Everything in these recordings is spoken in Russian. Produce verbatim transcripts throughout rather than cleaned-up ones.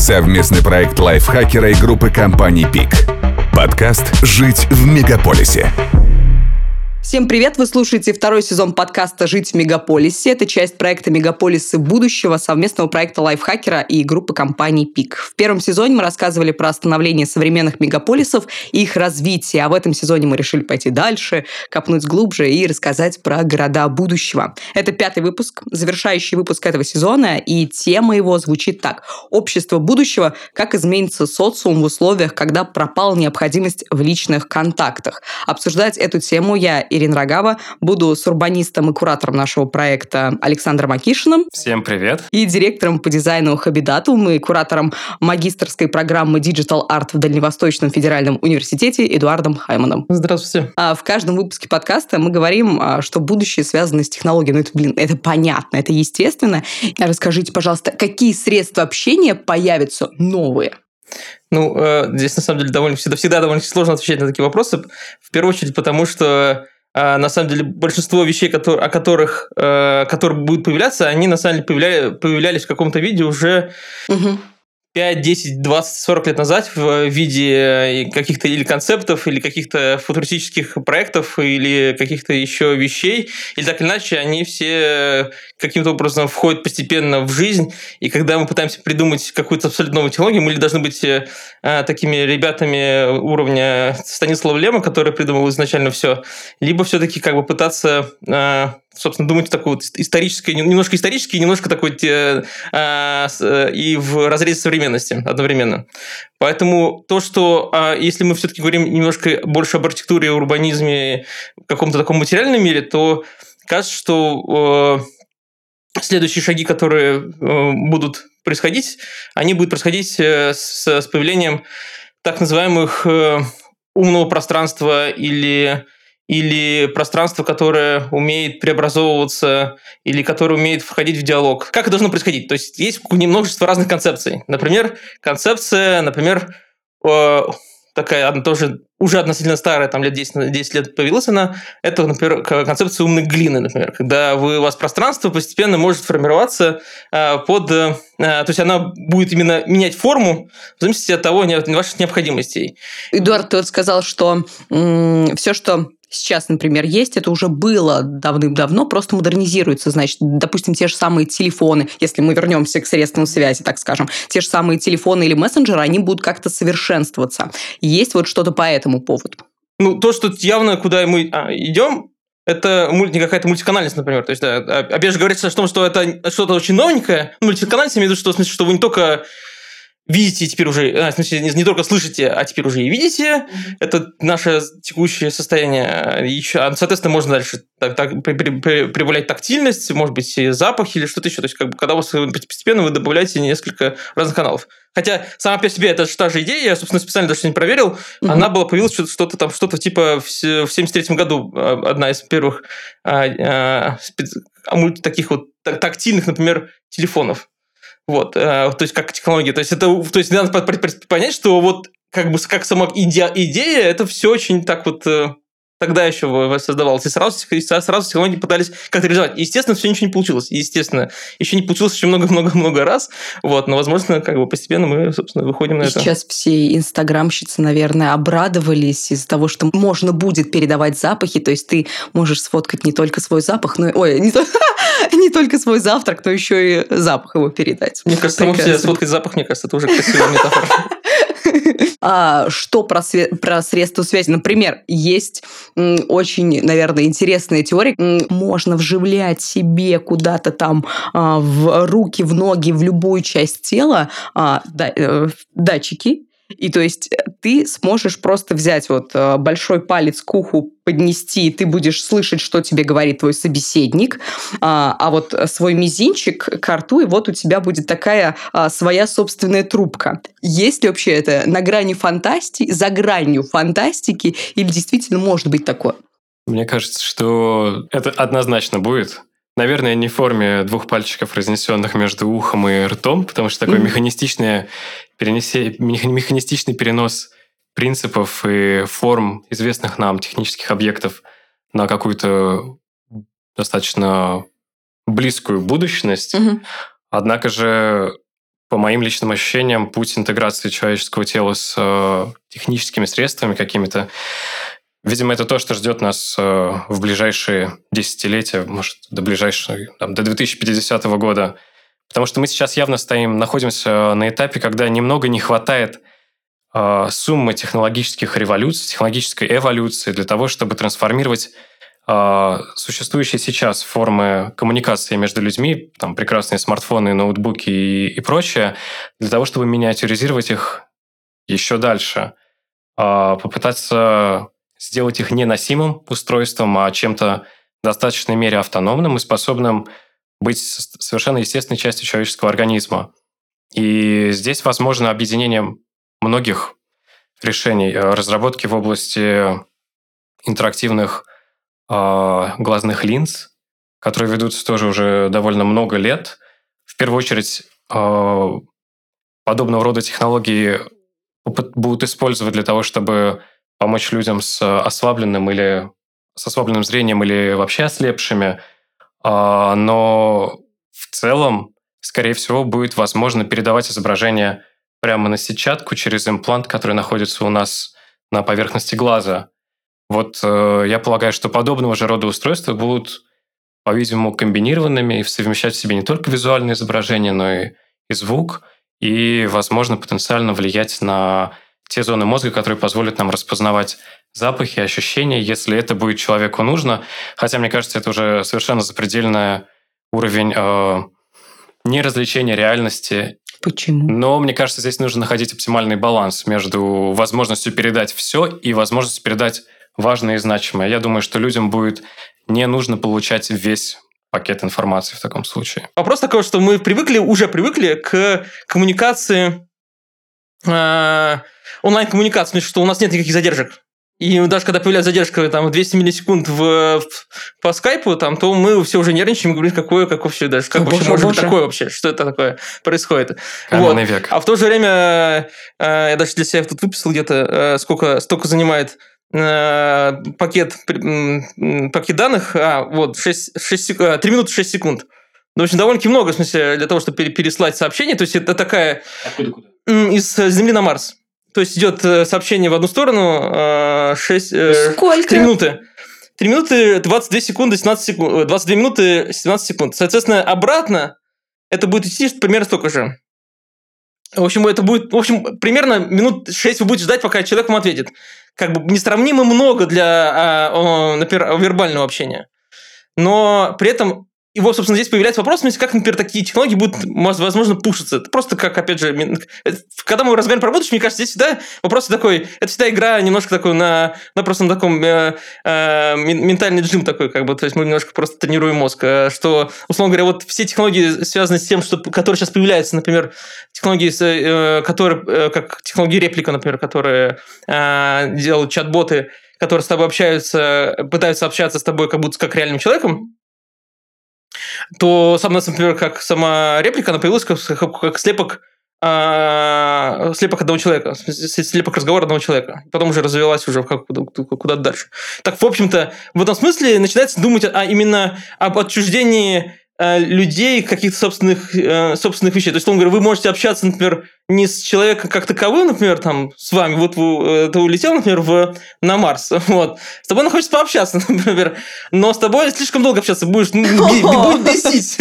Совместный проект лайфхакера и группы компаний «Пик». Подкаст «Жить в мегаполисе». Всем привет! Вы слушаете второй сезон подкаста «Жить в мегаполисе». Это часть проекта «Мегаполисы будущего», совместного проекта лайфхакера и группы компаний «Пик». В первом сезоне мы рассказывали про становление современных мегаполисов и их развитие. А в этом сезоне мы решили пойти дальше, копнуть глубже и рассказать про города будущего. Это пятый выпуск, завершающий выпуск этого сезона, и тема его звучит так. «Общество будущего. Как изменится социум в условиях, когда пропала необходимость в личных контактах». Обсуждать эту тему я, Ирина Рогава, буду с урбанистом и куратором нашего проекта Александром Акишиным. Всем привет. И директором по дизайну Хабитатум и куратором магистерской программы Digital Art в Дальневосточном федеральном университете Эдуардом Хайманом. Здравствуйте. А в каждом выпуске подкаста мы говорим, что будущее связано с технологией. Ну, это, блин, это понятно, это естественно. Расскажите, пожалуйста, какие средства общения появятся новые? Ну, э, здесь, на самом деле, довольно всегда, всегда довольно сложно отвечать на такие вопросы. В первую очередь, потому что на самом деле, большинство вещей, которые, о которых, э, которые будут появляться, они, на самом деле, появляли, появлялись в каком-то виде уже угу. пять, десять, двадцать, сорок лет назад в виде каких-то или концептов, или каких-то футуристических проектов, или каких-то еще вещей. Или так или иначе, они все каким-то образом входят постепенно в жизнь. И когда мы пытаемся придумать какую-то абсолютно новую технологию, мы должны быть э, такими ребятами уровня Станислава Лема, который придумал изначально все, либо все-таки как бы пытаться... Э, собственно, думать такой вот исторической, немножко исторический, немножко такой э, э, и в разрезе современности одновременно. Поэтому то, что э, если мы все-таки говорим немножко больше об архитектуре, урбанизме, в каком-то таком материальном мире, то кажется, что э, следующие шаги, которые э, будут происходить, они будут происходить э, с, с появлением так называемых э, умного пространства или... или пространство, которое умеет преобразовываться, или которое умеет входить в диалог. Как это должно происходить? То есть есть множество разных концепций. Например, концепция, например, э, такая она тоже уже относительно старая, там лет десять, десять лет появилась она, это, например, концепция умной глины, например, когда вы, у вас пространство постепенно может формироваться э, под... Э, то есть она будет именно менять форму в зависимости от того, от ваших необходимостей. Эдуард, ты вот сказал, что м- все, что сейчас, например, есть, это уже было давным-давно, просто модернизируется. Значит, допустим, те же самые телефоны, если мы вернемся к средствам связи, так скажем, те же самые телефоны или мессенджеры, они будут как-то совершенствоваться. Есть вот что-то по этому поводу? Ну, то, что явно, куда мы а, идем, это мульти, какая-то мультиканальность, например. То есть, да, опять же, говорится о том, что это что-то очень новенькое. Мультиканальность, я имею в виду, что, в смысле, что вы не только... видите теперь уже, а, в смысле, не только слышите, а теперь уже и видите. Mm-hmm. Это наше текущее состояние. Еще, соответственно, можно дальше так, так, при, при, прибавлять тактильность, может быть, запах или что-то еще. То есть, как бы, когда у вас постепенно вы добавляете несколько разных каналов. Хотя сама по себе это же та же идея, я, собственно, специально даже не проверил. Mm-hmm. Она была, появилась что-то, что-то там, что-то типа в семьдесят третьем году одна из первых а, а, специ... таких вот тактильных, например, телефонов. Вот, э, то есть как технология, то есть это, то есть надо понять, что вот как бы как сама идея, идея это все очень так вот э, тогда еще создавалось, и сразу, сразу технологии пытались как-то реализовать. Естественно, все ничего не получилось, естественно, еще не получилось еще много-много-много раз, вот, но, возможно, как бы постепенно мы, собственно, выходим на и это. Сейчас все инстаграмщицы, наверное, обрадовались из-за того, что можно будет передавать запахи, то есть ты можешь сфоткать не только свой запах, но ой, не только не только свой завтрак, но еще и запах его передать. Мне кажется, само все сфоткать запах, мне кажется, это уже красивая метафора. А что про, све- про средства связи? Например, есть м, очень, наверное, интересная теория. М, можно вживлять себе куда-то там а, в руки, в ноги, в любую часть тела а, да, э, датчики. И то есть ты сможешь просто взять вот большой палец к уху, поднести, и ты будешь слышать, что тебе говорит твой собеседник, а, а вот свой мизинчик к рту, и вот у тебя будет такая а, своя собственная трубка. Есть ли вообще это на грани фантастики, за гранью фантастики, или действительно может быть такое? Мне кажется, что это однозначно будет. Наверное, не в форме двух пальчиков, разнесенных между ухом и ртом, потому что такой mm-hmm. механистичный, перенесе... механистичный перенос принципов и форм известных нам технических объектов на какую-то достаточно близкую будущность. Mm-hmm. Однако же по моим личным ощущениям, путь интеграции человеческого тела с э, техническими средствами какими-то, видимо, это то, что ждет нас э, в ближайшие десятилетия, может, до ближайшего, там, до две тысячи пятидесятого года. Потому что мы сейчас явно стоим, находимся на этапе, когда немного не хватает э, суммы технологических революций, технологической эволюции для того, чтобы трансформировать э, существующие сейчас формы коммуникации между людьми, там прекрасные смартфоны, ноутбуки и, и прочее, для того, чтобы миниатюризировать их еще дальше, э, попытаться сделать их не носимым устройством, а чем-то в достаточной мере автономным и способным быть совершенно естественной частью человеческого организма. И здесь возможно объединение многих решений, разработки в области интерактивных э, глазных линз, которые ведутся тоже уже довольно много лет. В первую очередь, э, подобного рода технологии будут использовать для того, чтобы помочь людям с ослабленным или с ослабленным зрением или вообще ослепшими. Но в целом, скорее всего, будет возможно передавать изображение прямо на сетчатку через имплант, который находится у нас на поверхности глаза. Вот я полагаю, что подобного же рода устройства будут, по-видимому, комбинированными и совмещать в себе не только визуальное изображение, но и, и звук, и, возможно, потенциально влиять на те зоны мозга, которые позволят нам распознавать запахи, ощущения, если это будет человеку нужно. Хотя, мне кажется, это уже совершенно запредельный уровень э, неразвлечения реальности. Почему? Но, мне кажется, здесь нужно находить оптимальный баланс между возможностью передать все и возможностью передать важное и значимое. Я думаю, что людям будет не нужно получать весь пакет информации в таком случае. Вопрос такой, что мы привыкли, уже привыкли к коммуникации, э, онлайн-коммуникации, что у нас нет никаких задержек. И даже когда появляется задержка там, в двести миллисекунд в, в, по скайпу, там, то мы все уже нервничаем и говорим, какое, как вообще, даже, как О, вообще боже, может боже. быть такое вообще, что это такое происходит. Каменный Вот. век. А в то же время, э, я даже для себя тут выписал где-то, э, сколько, столько занимает э, пакет, э, пакет данных, а, вот, шесть, шесть, э, три минуты шесть секунд. Ну, в общем, довольно-таки много, в смысле, для того, чтобы переслать сообщение, то есть это такая... Откуда-куда? Из Земли на Марс. То есть идет сообщение в одну сторону шесть, Сколько? три минуты. три минуты двадцать две секунды, семнадцать секунд. двадцать две минуты семнадцать секунд. Соответственно, обратно это будет идти примерно столько же. В общем, это будет, в общем, примерно минут шесть вы будете ждать, пока человек вам ответит. Как бы несравнимо много для, например, вербального общения. Но при этом его, собственно, здесь появляется вопрос, как, например, такие технологии будут, возможно, пушиться. Это просто как, опять же, когда мы разговариваем про будущее, мне кажется, здесь всегда вопрос такой, это всегда игра немножко такой на, на просто на таком э, э, ментальный джим такой, как бы, то есть мы немножко просто тренируем мозг, что, условно говоря, вот все технологии связаны с тем, что, которые сейчас появляются, например, технологии, э, которые, э, как технологии реплика, например, которые э, делают чат-боты, которые с тобой общаются, пытаются общаться с тобой как будто как реальным человеком, то, сам, например, как сама реплика, она появилась как, как, как слепок, а, слепок одного человека, слепок разговора одного человека. Потом уже развилась уже как, куда-то дальше. Так, в общем-то, в этом смысле начинается думать а, именно об отчуждении а, людей каких-то собственных, а, собственных вещей. То есть, он говорит, вы можете общаться, например, не с человеком как таковым, например, там, с вами, вот вы, ты улетел, например, в, на Марс, вот, с тобой хочется пообщаться, например, но с тобой слишком долго общаться будешь, будет бесить.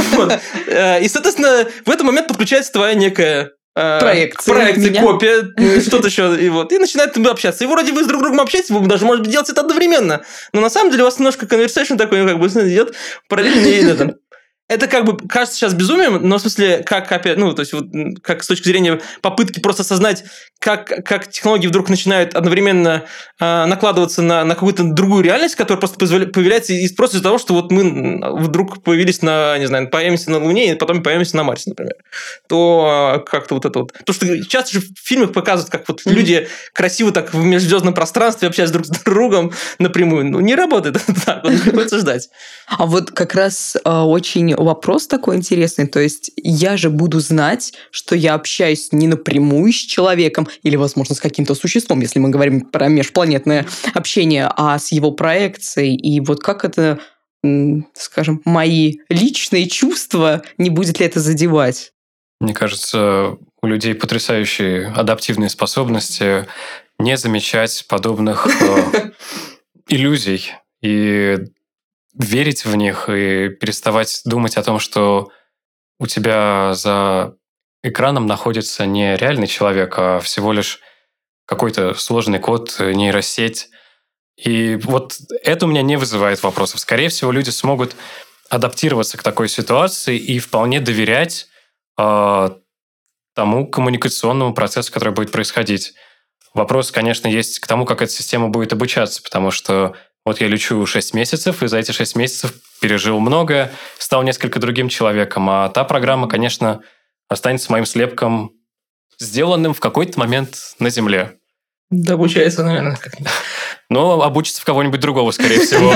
И, соответственно, в этот момент подключается твоя некая проекция, проекция копия, что-то еще, и вот, и начинает общаться. И вроде вы с друг другом общаетесь, вы даже, может быть, делаете это одновременно, но на самом деле у вас немножко conversation такой, как бы, идет параллельно. Это как бы кажется сейчас безумием, но в смысле, как опять, ну, то есть, вот, как с точки зрения попытки просто осознать, как, как технологии вдруг начинают одновременно э, накладываться на, на какую-то другую реальность, которая просто позволя- появляется из, просто из-за того, что вот мы вдруг появились на, не знаю, появимся на Луне и потом появимся на Марсе, например. То как-то вот это вот. То, что часто же в фильмах показывают, как вот mm-hmm. люди красиво так в межзвездном пространстве общаются друг с другом напрямую. Ну, не работает это так, вот приходится ждать. А вот как раз э, очень вопрос такой интересный. То есть я же буду знать, что я общаюсь не напрямую с человеком или, возможно, с каким-то существом, если мы говорим про межпланетное общение, а с его проекцией. И вот как это, скажем, мои личные чувства, не будет ли это задевать? Мне кажется, у людей потрясающие адаптивные способности не замечать подобных э, иллюзий и верить в них, и переставать думать о том, что у тебя за экраном находится не реальный человек, а всего лишь какой-то сложный код, нейросеть. И вот это у меня не вызывает вопросов. Скорее всего, люди смогут адаптироваться к такой ситуации и вполне доверять э, тому коммуникационному процессу, который будет происходить. Вопрос, конечно, есть к тому, как эта система будет обучаться, потому что вот я лечу шесть месяцев, и за эти шесть месяцев пережил многое, стал несколько другим человеком, а та программа, конечно, останется моим слепком, сделанным в какой-то момент на Земле. Да, обучается, наверное, как-нибудь. Но обучится в кого-нибудь другого, скорее всего.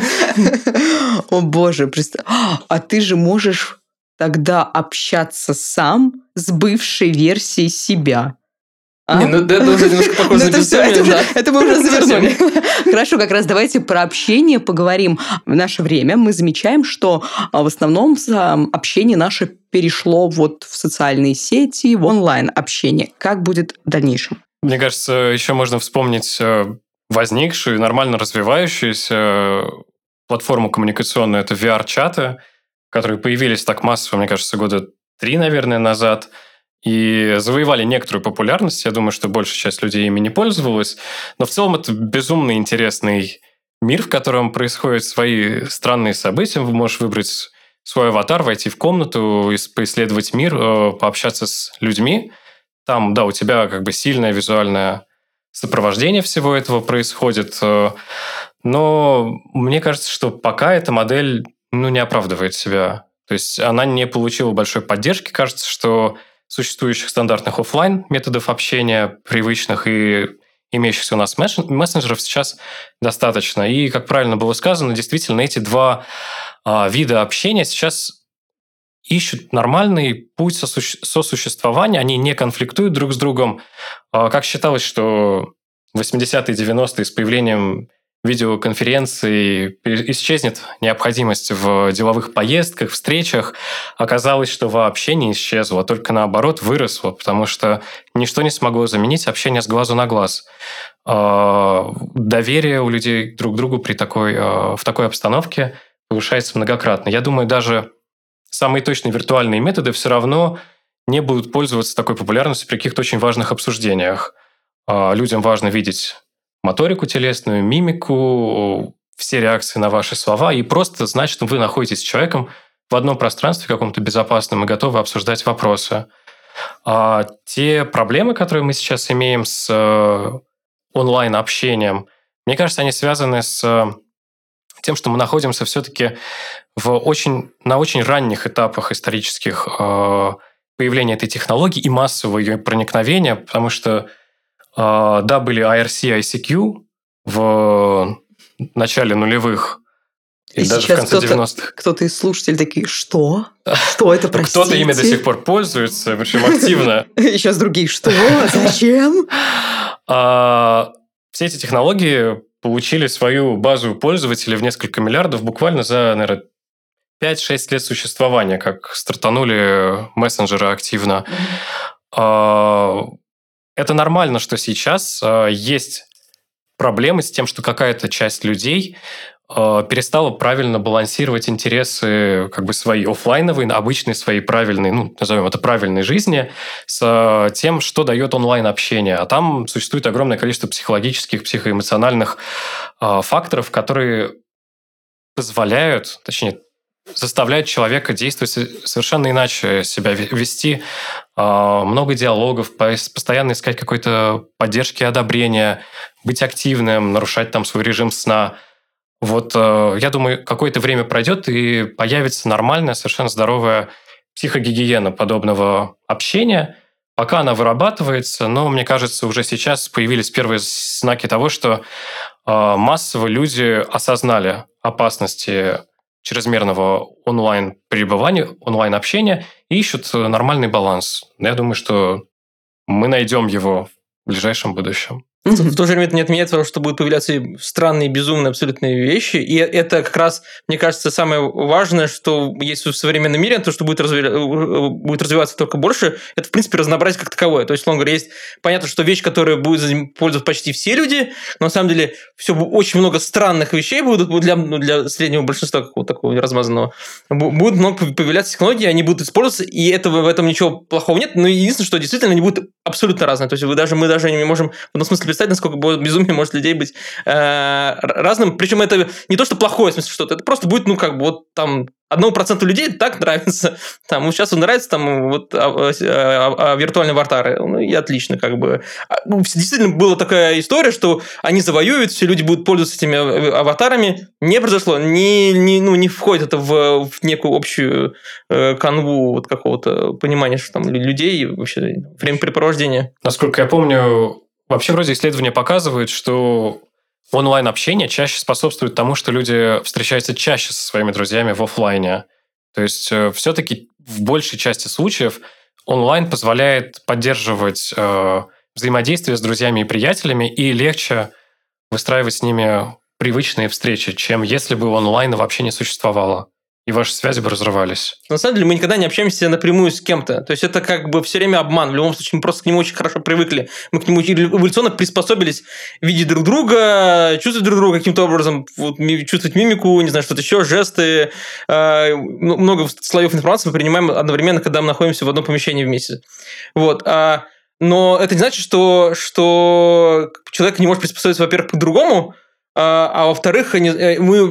О боже, представь. А ты же можешь тогда общаться сам с бывшей версией себя. А? Не, ну это уже немножко похоже на безумие. Это мы уже завернули. Хорошо, как раз давайте про общение поговорим. В наше время мы замечаем, что в основном общение наше перешло вот в социальные сети, в онлайн-общение. Как будет в дальнейшем? Мне кажется, еще можно вспомнить возникшую, нормально развивающуюся платформу коммуникационную. Это ви ар-чаты, которые появились так массово, мне кажется, года три, наверное, назад, и завоевали некоторую популярность. Я думаю, что большая часть людей ими не пользовалась. Но в целом это безумно интересный мир, в котором происходят свои странные события. Вы можете выбрать свой аватар, войти в комнату, поисследовать мир, пообщаться с людьми. Там, да, у тебя как бы сильное визуальное сопровождение всего этого происходит. Но мне кажется, что пока эта модель ну, не оправдывает себя. То есть она не получила большой поддержки. Кажется, что существующих стандартных офлайн методов общения, привычных и имеющихся у нас мессенджеров сейчас достаточно. И, как правильно было сказано, действительно эти два а, вида общения сейчас ищут нормальный путь сосуществования, они не конфликтуют друг с другом. Как считалось, что в восьмидесятые и девяностые с появлением видеоконференций исчезнет необходимость в деловых поездках, встречах. Оказалось, что вообще не исчезло, только наоборот выросло, потому что ничто не смогло заменить общение с глазу на глаз. Доверие у людей друг к другу при такой, в такой обстановке повышается многократно. Я думаю, даже самые точные виртуальные методы все равно не будут пользоваться такой популярностью при каких-то очень важных обсуждениях. Людям важно видеть моторику телесную, мимику, все реакции на ваши слова, и просто знать, что вы находитесь с человеком в одном пространстве каком-то безопасном и готовы обсуждать вопросы. А те проблемы, которые мы сейчас имеем с онлайн-общением, мне кажется, они связаны с тем, что мы находимся все-таки в очень, на очень ранних этапах исторических появления этой технологии и массового ее проникновения, потому что Uh, да, были ай ар си, ай си кью в начале нулевых и, и даже в конце девяностых. Кто-то из слушателей такие, что? Что это, простите? Кто-то ими до сих пор пользуется, причем активно. И сейчас другие, что? Зачем? Все эти технологии получили свою базу пользователей в несколько миллиардов буквально за, наверное, пять-шесть лет существования, как стартанули мессенджеры активно. Это нормально, что сейчас э, есть проблемы с тем, что какая-то часть людей э, перестала правильно балансировать интересы как бы свои офлайновые, обычные свои правильные, ну, назовем это правильной жизни, с э, тем, что дает онлайн-общение. А там существует огромное количество психологических, психоэмоциональных э, факторов, которые позволяют, точнее, заставляет человека действовать совершенно иначе, себя вести, много диалогов, постоянно искать какой-то поддержки и одобрения, быть активным, нарушать там свой режим сна. Вот я думаю, какое-то время пройдет, и появится нормальная, совершенно здоровая психогигиена подобного общения. Пока она вырабатывается, но, мне кажется, уже сейчас появились первые знаки того, что массово люди осознали опасности чрезмерного онлайн-пребывания, онлайн-общения и ищут нормальный баланс. Я думаю, что мы найдем его в ближайшем будущем. В, в то же время это не отменяет того, что будут появляться странные, безумные, абсолютные вещи. И это как раз, мне кажется, самое важное, что есть в современном мире, то, что будет, разви... будет развиваться только больше, это, в принципе, разнообразие как таковое. То есть, условно говоря, есть понятно, что вещь, которой будут пользоваться почти все люди, но на самом деле все очень много странных вещей будут для, ну, для среднего большинства какого-то такого размазанного. Будут много появляться технологии, они будут использоваться, и этого, в этом ничего плохого нет. Но единственное, что действительно они будут абсолютно разные. То есть вы даже, мы даже не можем в этом смысле представить, насколько безумие может людей быть э, разным. Причем это не то, что плохое, в смысле что-то, это просто будет, ну, как бы, вот там, одному проценту людей так нравится. Там, ну, сейчас он нравится, там, вот, а, а, а, виртуальные аватары. Ну, и отлично, как бы. Действительно, была такая история, что они завоюют, все люди будут пользоваться этими аватарами. Не произошло. Не, не, ну, не входит это в, в некую общую э, канву вот какого-то понимания, что там людей, вообще, времяпрепровождения. Насколько я помню, вообще, вроде исследования показывают, что онлайн-общение чаще способствует тому, что люди встречаются чаще со своими друзьями в офлайне. То есть, все-таки в большей части случаев онлайн позволяет поддерживать э, взаимодействие с друзьями и приятелями, и легче выстраивать с ними привычные встречи, чем если бы онлайна вообще не существовало. И ваши связи бы разрывались. На самом деле мы никогда не общаемся напрямую с кем-то. То есть это как бы все время обман. В любом случае мы просто к нему очень хорошо привыкли. Мы к нему эволюционно приспособились видеть друг друга, чувствовать друг друга каким-то образом, вот, чувствовать мимику, не знаю, что-то еще, жесты. Э, много слоев информации мы принимаем одновременно, когда мы находимся в одном помещении вместе. Вот. А, но это не значит, что, что человек не может приспособиться, во-первых, к другому, А, а во-вторых, мы,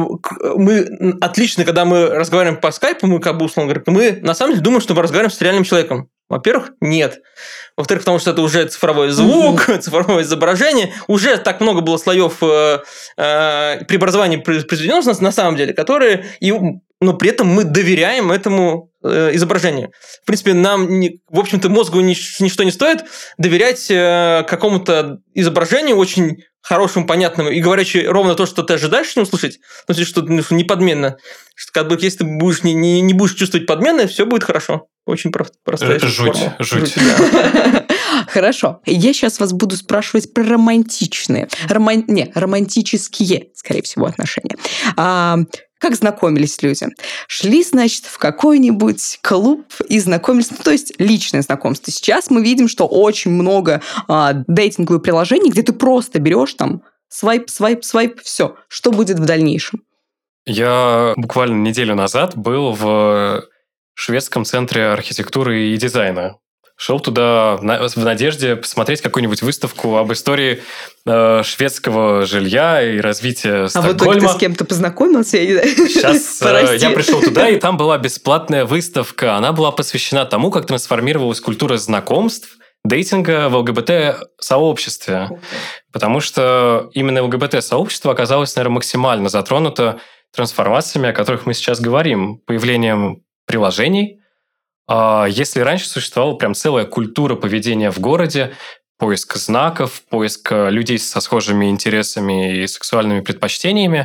мы отлично, когда мы разговариваем по скайпу, мы как бы условно говоря, мы на самом деле думаем, что мы разговариваем с реальным человеком. Во-первых, нет. Во-вторых, потому что это уже цифровой звук, mm-hmm. цифровое изображение. Уже так много было слоев э, э, преобразований произведено у нас на самом деле, которые... И, но при этом мы доверяем этому э, изображению. В принципе, нам, не, в общем-то, мозгу нич, ничто не стоит доверять э, какому-то изображению очень хорошему, понятному и говорящему ровно то, что ты ожидаешь от него услышать, ну, что ну, не подменно. Что, как бы, если ты будешь, не, не, не будешь чувствовать подмены, все будет хорошо. Очень прост, простая жуть, форма. Жуть, жуть. Да. Хорошо. Я сейчас вас буду спрашивать про романтичные, роман... не, романтические, скорее всего, отношения. А, как знакомились люди? Шли, значит, в какой-нибудь клуб и знакомились, ну, то есть личное знакомство. Сейчас мы видим, что очень много а, дейтинговых приложений, где ты просто берешь там свайп, свайп, свайп, все. Что будет в дальнейшем? Я буквально неделю назад был в шведском центре архитектуры и дизайна. Шел туда в надежде посмотреть какую-нибудь выставку об истории э, шведского жилья и развития Стокгольма. А вот только ты с кем-то познакомился? Сейчас э, я пришел туда, и там была бесплатная выставка. Она была посвящена тому, как трансформировалась культура знакомств, дейтинга в ЛГБТ-сообществе. Потому что именно ЛГБТ-сообщество оказалось, наверное, максимально затронуто трансформациями, о которых мы сейчас говорим. Появлением приложений. Если раньше существовала прям целая культура поведения в городе, поиск знаков, поиск людей со схожими интересами и сексуальными предпочтениями,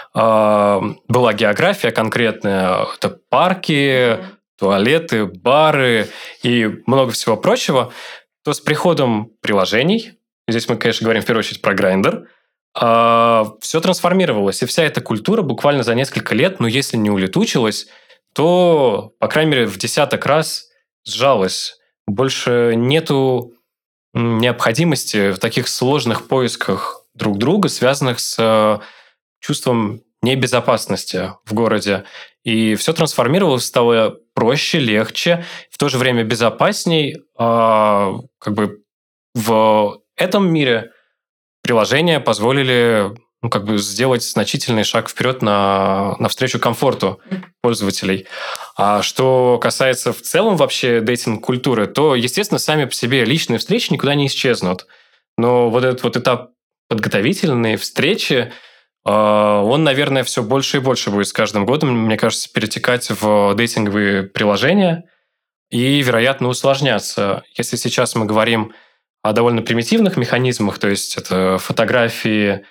была география конкретная, это парки, туалеты, бары и много всего прочего, то с приходом приложений, здесь мы, конечно, говорим в первую очередь про Grindr, все трансформировалось, и вся эта культура буквально за несколько лет, ну если не улетучилась, то, по крайней мере, в десяток раз сжалось. Больше нету необходимости в таких сложных поисках друг друга, связанных с чувством небезопасности в городе. И все трансформировалось, стало проще, легче, в то же время безопасней. А, как бы в этом мире приложения позволили ну, как бы сделать значительный шаг вперед на, навстречу комфорту пользователей. А что касается в целом вообще дейтинг-культуры, то, естественно, сами по себе личные встречи никуда не исчезнут. Но вот этот вот этап подготовительной встречи, он, наверное, все больше и больше будет с каждым годом, мне кажется, перетекать в дейтинговые приложения и, вероятно, усложняться. Если сейчас мы говорим о довольно примитивных механизмах, то есть это фотографии,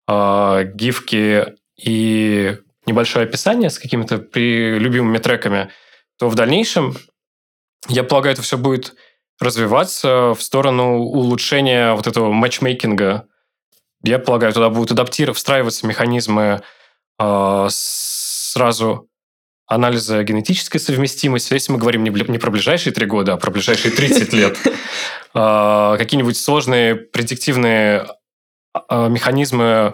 гифки и небольшое описание с какими-то любимыми треками, то в дальнейшем, я полагаю, это все будет развиваться в сторону улучшения вот этого матчмейкинга. Я полагаю, туда будут адаптироваться, встраиваться механизмы э, сразу анализа генетической совместимости. Если мы говорим не, не про ближайшие три года, а про ближайшие тридцать лет, э, какие-нибудь сложные предиктивные э, механизмы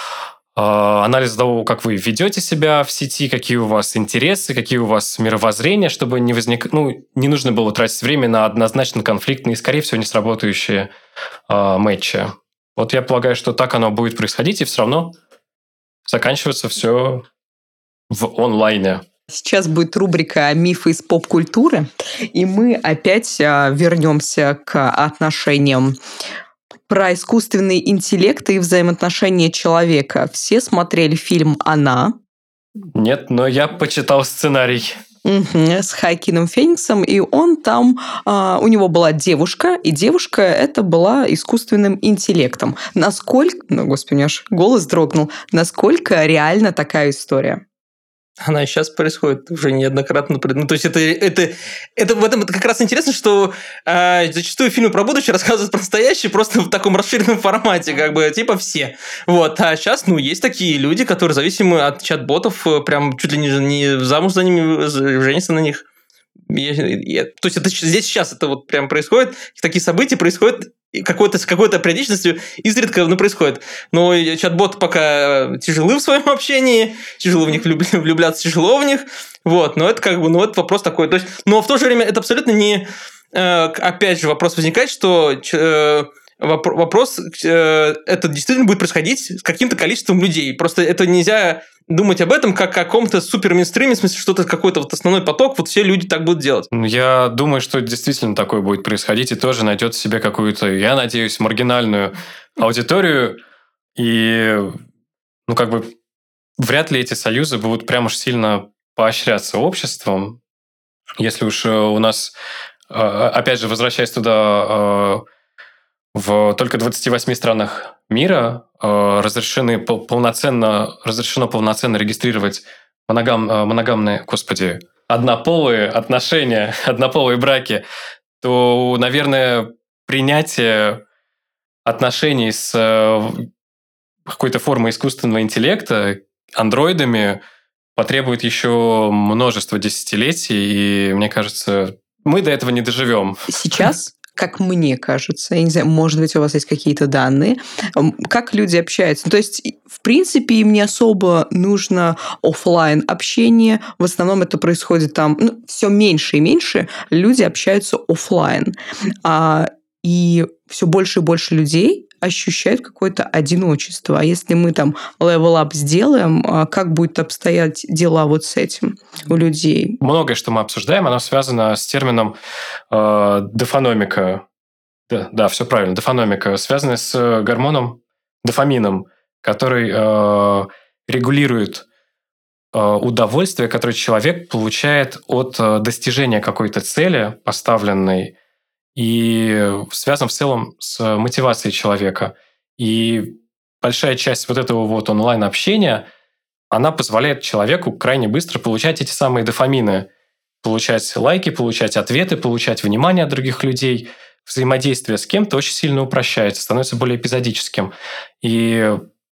анализ того, как вы ведете себя в сети, какие у вас интересы, какие у вас мировоззрения, чтобы не возник... ну, не нужно было тратить время на однозначно конфликтные и, скорее всего, не сработающие э, матчи. Вот я полагаю, что так оно будет происходить, и все равно заканчиваться все в онлайне. Сейчас будет рубрика «Мифы из поп-культуры», и мы опять э, вернемся к отношениям про искусственный интеллект и взаимоотношения человека. Все смотрели фильм «Она». Нет, но я почитал сценарий. Угу, с Хоакином Фениксом, и он там, а, у него была девушка, и девушка это была искусственным интеллектом. Насколько, ну, господи, у меня аж голос дрогнул, насколько реально такая история? Она и сейчас происходит уже неоднократно. Ну, то есть это, это, это в этом как раз интересно, что э, зачастую фильмы про будущее рассказывают про настоящее просто в таком расширенном формате, как бы типа все. Вот. А сейчас, ну, есть такие люди, которые зависимы от чат-ботов, прям чуть ли не, не замуж за ними, женятся на них. Я, я, то есть это здесь сейчас это вот прям происходит, такие события происходят какой-то, с какой-то периодичностью изредка ну, происходит. Но чат-боты пока тяжелы в своем общении, тяжело в них влюбляться, тяжело в них. Вот. Но это как бы, ну, это вопрос такой. То есть, но в то же время это абсолютно не... Опять же, вопрос возникает, что... Вопрос, это действительно будет происходить с каким-то количеством людей. Просто это нельзя думать об этом как о каком-то супер-мейнстриме, в смысле, что-то какой-то вот основной поток, вот все люди так будут делать. Я думаю, что действительно такое будет происходить, и тоже найдет себе какую-то, я надеюсь, маргинальную аудиторию, и, ну, как бы, вряд ли эти союзы будут прям уж сильно поощряться обществом. Если уж у нас, опять же, возвращаясь туда... В только двадцати восьми странах мира э, разрешены полноценно, разрешено полноценно регистрировать моногам, моногамные, господи, однополые отношения, однополые браки, то, наверное, принятие отношений с э, какой-то формой искусственного интеллекта, андроидами, потребует еще множество десятилетий, и, мне кажется, мы до этого не доживем. Сейчас... Как мне кажется, я не знаю, может быть, у вас есть какие-то данные, как люди общаются. То есть, в принципе, им не особо нужно офлайн общение. В основном это происходит там, ну, все меньше и меньше люди общаются офлайн. А, и все больше и больше людей ощущают какое-то одиночество. А если мы там level up сделаем, как будет обстоять дела вот с этим у людей? Многое, что мы обсуждаем, оно связано с термином э, дофаномика. Да, да, все правильно, дофаномика, связанная с гормоном дофамином, который э, регулирует э, удовольствие, которое человек получает от э, достижения какой-то цели, поставленной, и связан в целом с мотивацией человека. И большая часть вот этого вот онлайн-общения, она позволяет человеку крайне быстро получать эти самые дофамины, получать лайки, получать ответы, получать внимание от других людей. Взаимодействие с кем-то очень сильно упрощается, становится более эпизодическим. И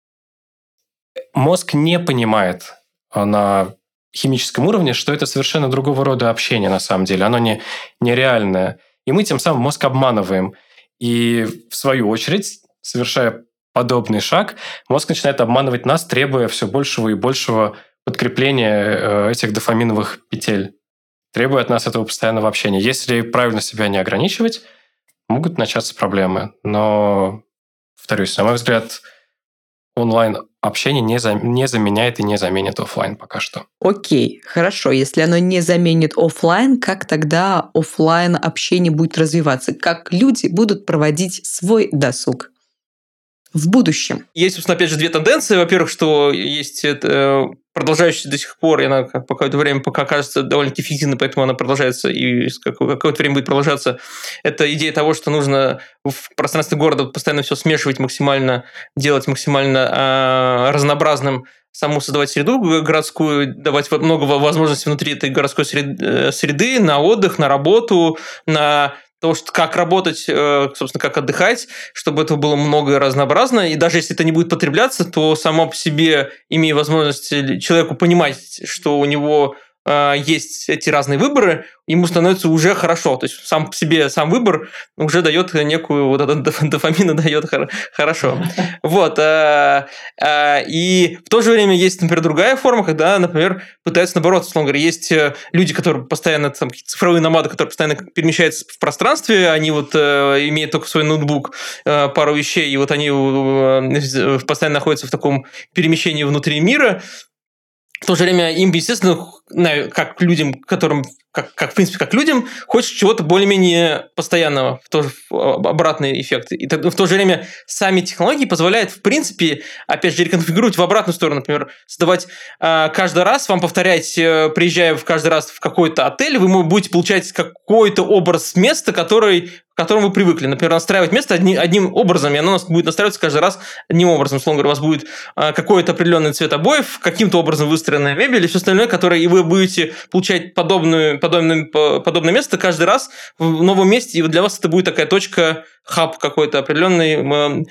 мозг не понимает на химическом уровне, что это совершенно другого рода общение на самом деле. Оно не, нереальное. И мы тем самым мозг обманываем. И в свою очередь, совершая подобный шаг, мозг начинает обманывать нас, требуя все большего и большего подкрепления этих дофаминовых петель, требуя от нас этого постоянного общения. Если правильно себя не ограничивать, могут начаться проблемы. Но, повторюсь, на мой взгляд, онлайн-общение не, за... не заменяет и не заменит офлайн пока что. Окей, хорошо. Если оно не заменит офлайн, как тогда офлайн общение будет развиваться? Как люди будут проводить свой досуг в будущем? Есть, собственно, опять же, две тенденции. Во-первых, что есть это, продолжающаяся до сих пор, и она по какое-то время пока кажется довольно-таки эффективной, поэтому она продолжается и какое-то время будет продолжаться. Это идея того, что нужно в пространстве города постоянно все смешивать максимально, делать максимально э, разнообразным, саму создавать среду городскую, давать много возможностей внутри этой городской среды на отдых, на работу, на того, что как работать, собственно, как отдыхать, чтобы этого было много и разнообразно. И даже если это не будет потребляться, то само по себе, имея возможность человеку понимать, что у него есть эти разные выборы, ему становится уже хорошо. То есть сам по себе сам выбор уже дает некую вот этот дофамин дает хорошо. Вот. И в то же время есть, например, другая форма, когда, например, пытаются наоборот, условно говоря, есть люди, которые постоянно, там, цифровые намады, которые постоянно перемещаются в пространстве, они вот имеют только свой ноутбук, пару вещей, и вот они постоянно находятся в таком перемещении внутри мира. В то же время им, естественно, как людям, которым, как, как в принципе, как людям, хочется чего-то более-менее постоянного, тоже обратный эффект. И в то же время сами технологии позволяют, в принципе, опять же, реконфигурировать в обратную сторону, например, создавать э, каждый раз, вам повторять, э, приезжая в каждый раз в какой-то отель, вы будете получать какой-то образ места, который... к которому вы привыкли. Например, настраивать место одни, одним образом, и оно будет настраиваться каждый раз одним образом. Условно говоря, у вас будет э, какой-то определенный цвет обоев, каким-то образом выстроенная мебель и все остальное, которое, и вы будете получать подобную, подобное, подобное место каждый раз в новом месте, и для вас это будет такая точка, хаб какой-то определенный,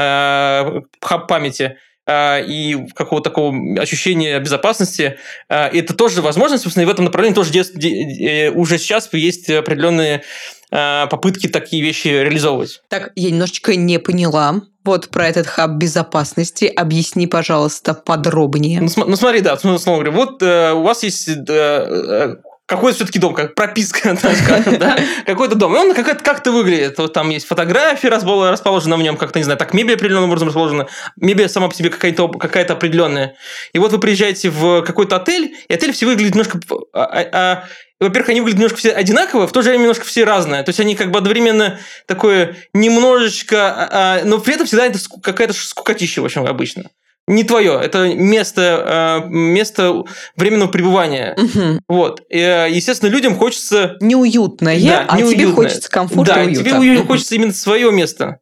э, хаб памяти и какого-то такого ощущения безопасности. Это тоже возможность, собственно, и в этом направлении тоже уже сейчас есть определенные попытки такие вещи реализовывать. Так, я немножечко не поняла. Вот про этот хаб безопасности. Объясни, пожалуйста, подробнее. Ну, см- ну смотри, да, условно говоря, вот э, у вас есть... Э, какой-то все-таки дом, как прописка, так скажем, да? Какой-то дом. И он как-то, как-то выглядит. Вот там есть фотографии расположены в нем, как-то, не знаю, так мебель определенным образом расположена. Мебель сама по себе какая-то, какая-то определенная. И вот вы приезжаете в какой-то отель, и отель все выглядит немножко... А, а, во-первых, они выглядят немножко все одинаково, в то же время немножко все разные. То есть они как бы одновременно такое немножечко... А, но при этом всегда это какая-то скукотища, в общем, обычно. Не твое, это место, место временного пребывания. Угу. Вот. И, естественно, людям хочется... Неуютное, да, а неуютное. Тебе хочется комфорта да, и уюта. Да, тебе угу. хочется именно свое место.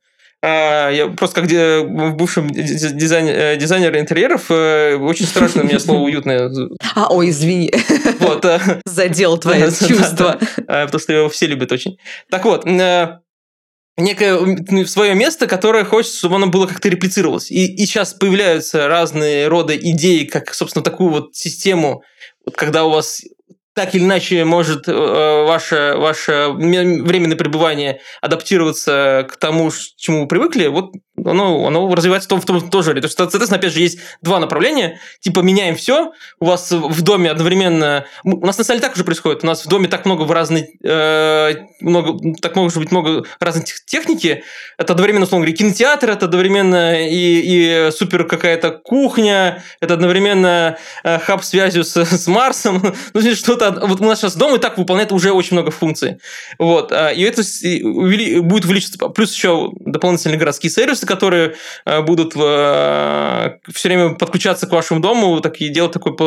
Я просто как в бывшем дизайн, дизайнер интерьеров очень страшно у меня слово «уютное». А, ой, извини. Вот. Задел твои чувства. Потому что его все любят очень. Так вот, некое свое место, которое хочется, чтобы оно было как-то реплицировалось. И, и сейчас появляются разные роды идей, как, собственно, такую вот систему, вот когда у вас так или иначе может э, ваше, ваше временное пребывание адаптироваться к тому, к чему вы привыкли, вот оно, оно развивается в том, в том тоже. То есть, соответственно, опять же, есть два направления. Типа меняем все. У вас в доме одновременно... У нас на самом деле так уже происходит. У нас в доме так много в разной... Э, много, так может быть много разной техники. Это одновременно, условно говоря, кинотеатр, это одновременно и, и супер какая-то кухня, это одновременно э, хаб связью с, с Марсом. Ну, что-то... Вот у нас сейчас дом и так выполняет уже очень много функций. Вот. И это будет увеличиться. Плюс еще дополнительные городские сервисы, которые будут все время подключаться к вашему дому, так и делать такой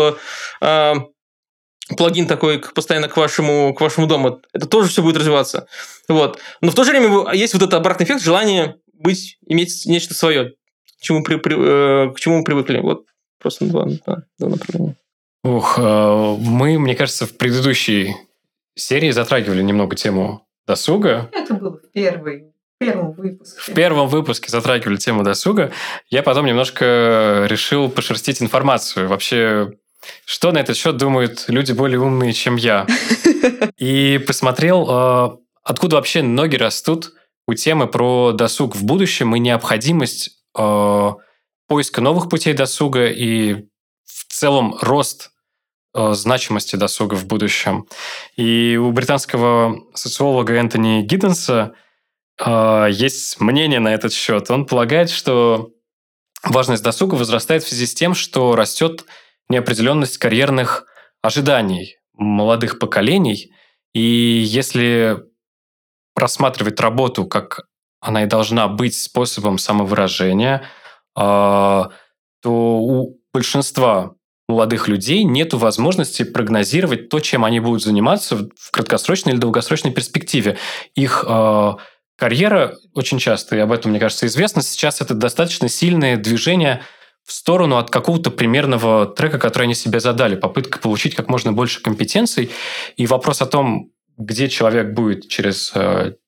плагин такой постоянно к вашему, к вашему дому. Это тоже все будет развиваться. Вот. Но в то же время есть вот этот обратный эффект, желание быть, иметь нечто свое, к чему, при, при, к чему мы привыкли. Вот просто два, два, два направления. Ух, мы, мне кажется, в предыдущей серии затрагивали немного тему досуга. Это было в первой. В первом выпуске. В первом выпуске затрагивали тему досуга. Я потом немножко решил пошерстить информацию. Вообще, что на этот счет думают люди более умные, чем я. И посмотрел, откуда вообще ноги растут у темы про досуг в будущем и необходимость поиска новых путей досуга и в целом рост значимости досуга в будущем. И у британского социолога Энтони Гидденса есть мнение на этот счет. Он полагает, что важность досуга возрастает в связи с тем, что растет неопределенность карьерных ожиданий молодых поколений. И если рассматривать работу, как она и должна быть способом самовыражения, то у большинства молодых людей нет возможности прогнозировать то, чем они будут заниматься в краткосрочной или долгосрочной перспективе. Их карьера очень часто, и об этом, мне кажется, известно, сейчас это достаточно сильное движение в сторону от какого-то примерного трека, который они себе задали, попытка получить как можно больше компетенций. И вопрос о том, где человек будет через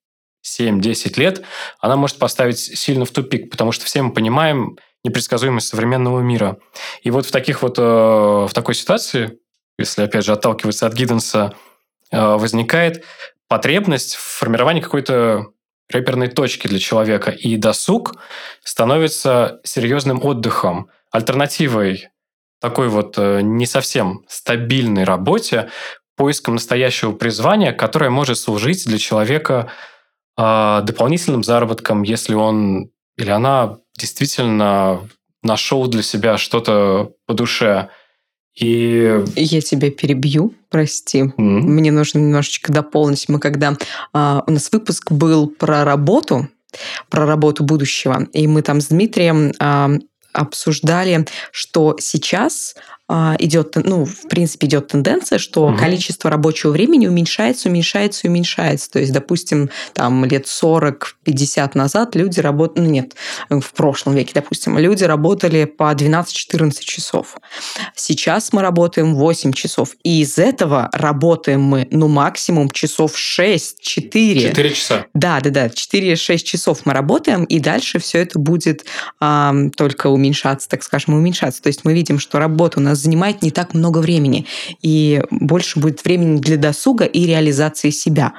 семь-десять лет, она может поставить сильно в тупик, потому что все мы понимаем непредсказуемость современного мира. И вот в таких вот, в такой ситуации, если, опять же, отталкиваться от Гидденса, возникает потребность в формировании какой-то реперной точки для человека. И досуг становится серьезным отдыхом, альтернативой такой вот не совсем стабильной работе, поиском настоящего призвания, которое может служить для человека э, дополнительным заработком, если он или она действительно нашел для себя что-то по душе. И... Я тебя перебью, прости. Mm-hmm. Мне нужно немножечко дополнить. Мы когда... Э, у нас выпуск был про работу, про работу будущего, и мы там с Дмитрием э, обсуждали, что сейчас э, идет, ну, в принципе, идет тенденция, что mm-hmm. количество рабочего времени уменьшается, уменьшается, уменьшается. То есть, допустим, там лет сорок-пятьдесят назад люди работали, ну нет, в прошлом веке, допустим, люди работали по двенадцать-четырнадцать часов. Сейчас мы работаем восемь часов. И из этого работаем мы, ну, максимум часов шесть-четыре. четыре часа. Да, да, да, четыре-шесть часов мы работаем, и дальше все это будет э, только уменьшаться, так скажем, уменьшаться. То есть мы видим, что работа у нас занимает не так много времени, и больше будет времени для досуга и реализации себя.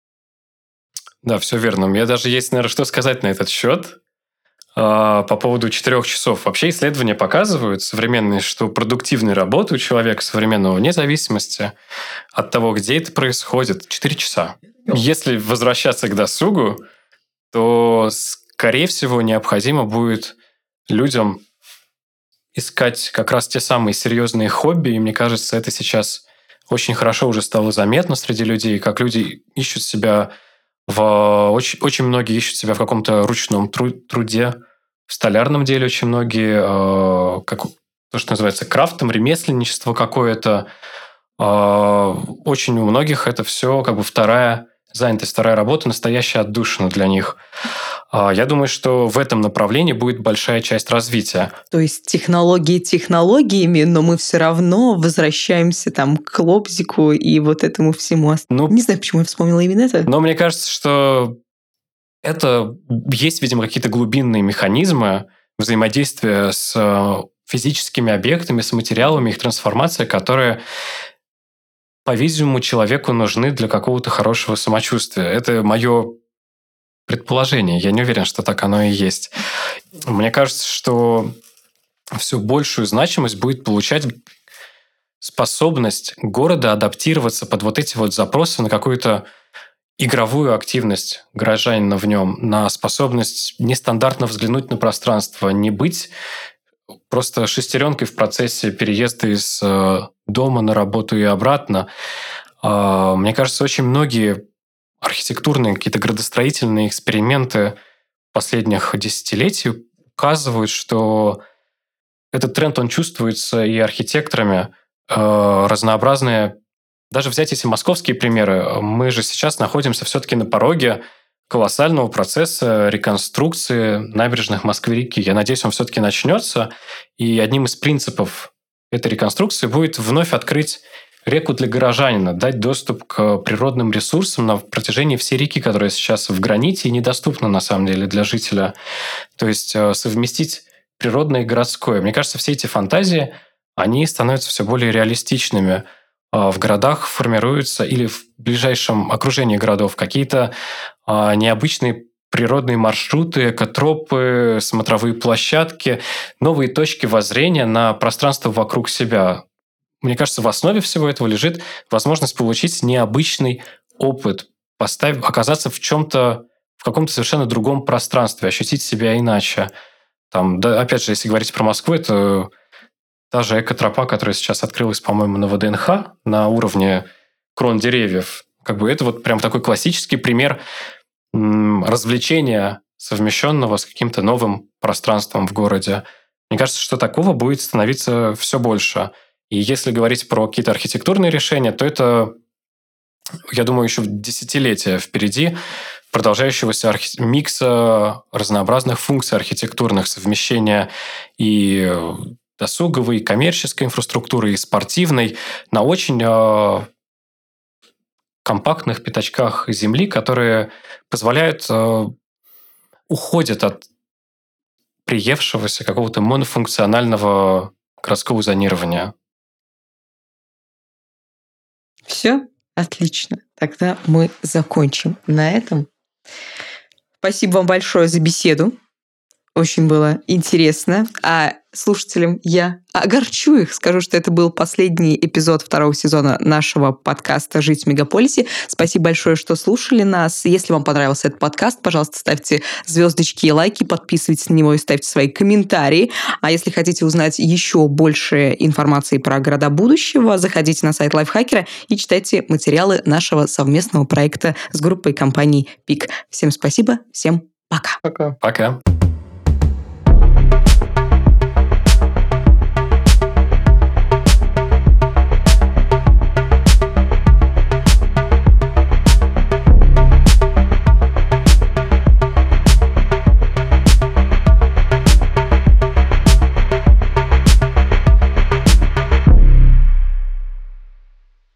Да, все верно. У меня даже есть, наверное, что сказать на этот счет по поводу четырех часов. Вообще исследования показывают современные, что продуктивная работа у человека современного, вне зависимости от того, где это происходит, четыре часа. Если возвращаться к досугу, то, скорее всего, необходимо будет людям искать как раз те самые серьезные хобби, и мне кажется, это сейчас очень хорошо уже стало заметно среди людей, как люди ищут себя в... Очень, очень многие ищут себя в каком-то ручном тру- труде, в столярном деле очень многие, э, как, то, что называется крафтом, ремесленничество какое-то. Э, очень у многих это все как бы вторая занятость, вторая работа, настоящая отдушина для них. Я думаю, что в этом направлении будет большая часть развития. То есть технологии технологиями, но мы все равно возвращаемся там к лобзику и вот этому всему. Ну, не знаю, почему я вспомнила именно это. Но мне кажется, что это есть, видимо, какие-то глубинные механизмы взаимодействия с физическими объектами, с материалами, их трансформация, которые, по-видимому, человеку нужны для какого-то хорошего самочувствия. Это мое предположение. Я не уверен, что так оно и есть. Мне кажется, что все большую значимость будет получать способность города адаптироваться под вот эти вот запросы на какую-то игровую активность горожанина в нем, на способность нестандартно взглянуть на пространство, не быть просто шестеренкой в процессе переезда из дома на работу и обратно. Мне кажется, очень многие архитектурные, какие-то градостроительные эксперименты последних десятилетий указывают, что этот тренд, он чувствуется и архитекторами. Разнообразные, даже взять эти московские примеры, мы же сейчас находимся все-таки на пороге колоссального процесса реконструкции набережных Москвы-реки. Я надеюсь, он все-таки начнется, и одним из принципов этой реконструкции будет вновь открыть реку для горожанина, дать доступ к природным ресурсам на протяжении всей реки, которая сейчас в граните и недоступна, на самом деле, для жителя. То есть совместить природное и городское. Мне кажется, все эти фантазии, они становятся все более реалистичными. В городах формируются, или в ближайшем окружении городов, какие-то необычные природные маршруты, экотропы, смотровые площадки, новые точки воззрения на пространство вокруг себя. Мне кажется, в основе всего этого лежит возможность получить необычный опыт, поставить, оказаться в чем-то, в каком-то совершенно другом пространстве, ощутить себя иначе. Там, да, опять же, если говорить про Москву, это та же экотропа, которая сейчас открылась, по-моему, на ВДНХ на уровне крон деревьев. Как бы это вот прям такой классический пример м- развлечения, совмещенного с каким-то новым пространством в городе. Мне кажется, что такого будет становиться все больше. И если говорить про какие-то архитектурные решения, то это, я думаю, еще десятилетия впереди продолжающегося архи... микса разнообразных функций архитектурных, совмещения и досуговой, и коммерческой инфраструктуры, и спортивной на очень э, компактных пятачках земли, которые позволяют, э, уходят от приевшегося какого-то монофункционального городского зонирования. Все? Отлично. Тогда мы закончим на этом. Спасибо вам большое за беседу. Очень было интересно. А слушателям я огорчу их. Скажу, что это был последний эпизод второго сезона нашего подкаста «Жить в мегаполисе». Спасибо большое, что слушали нас. Если вам понравился этот подкаст, пожалуйста, ставьте звездочки и лайки, подписывайтесь на него и ставьте свои комментарии. А если хотите узнать еще больше информации про города будущего, заходите на сайт Лайфхакера и читайте материалы нашего совместного проекта с группой компаний пик. Всем спасибо, всем пока. Пока. Пока.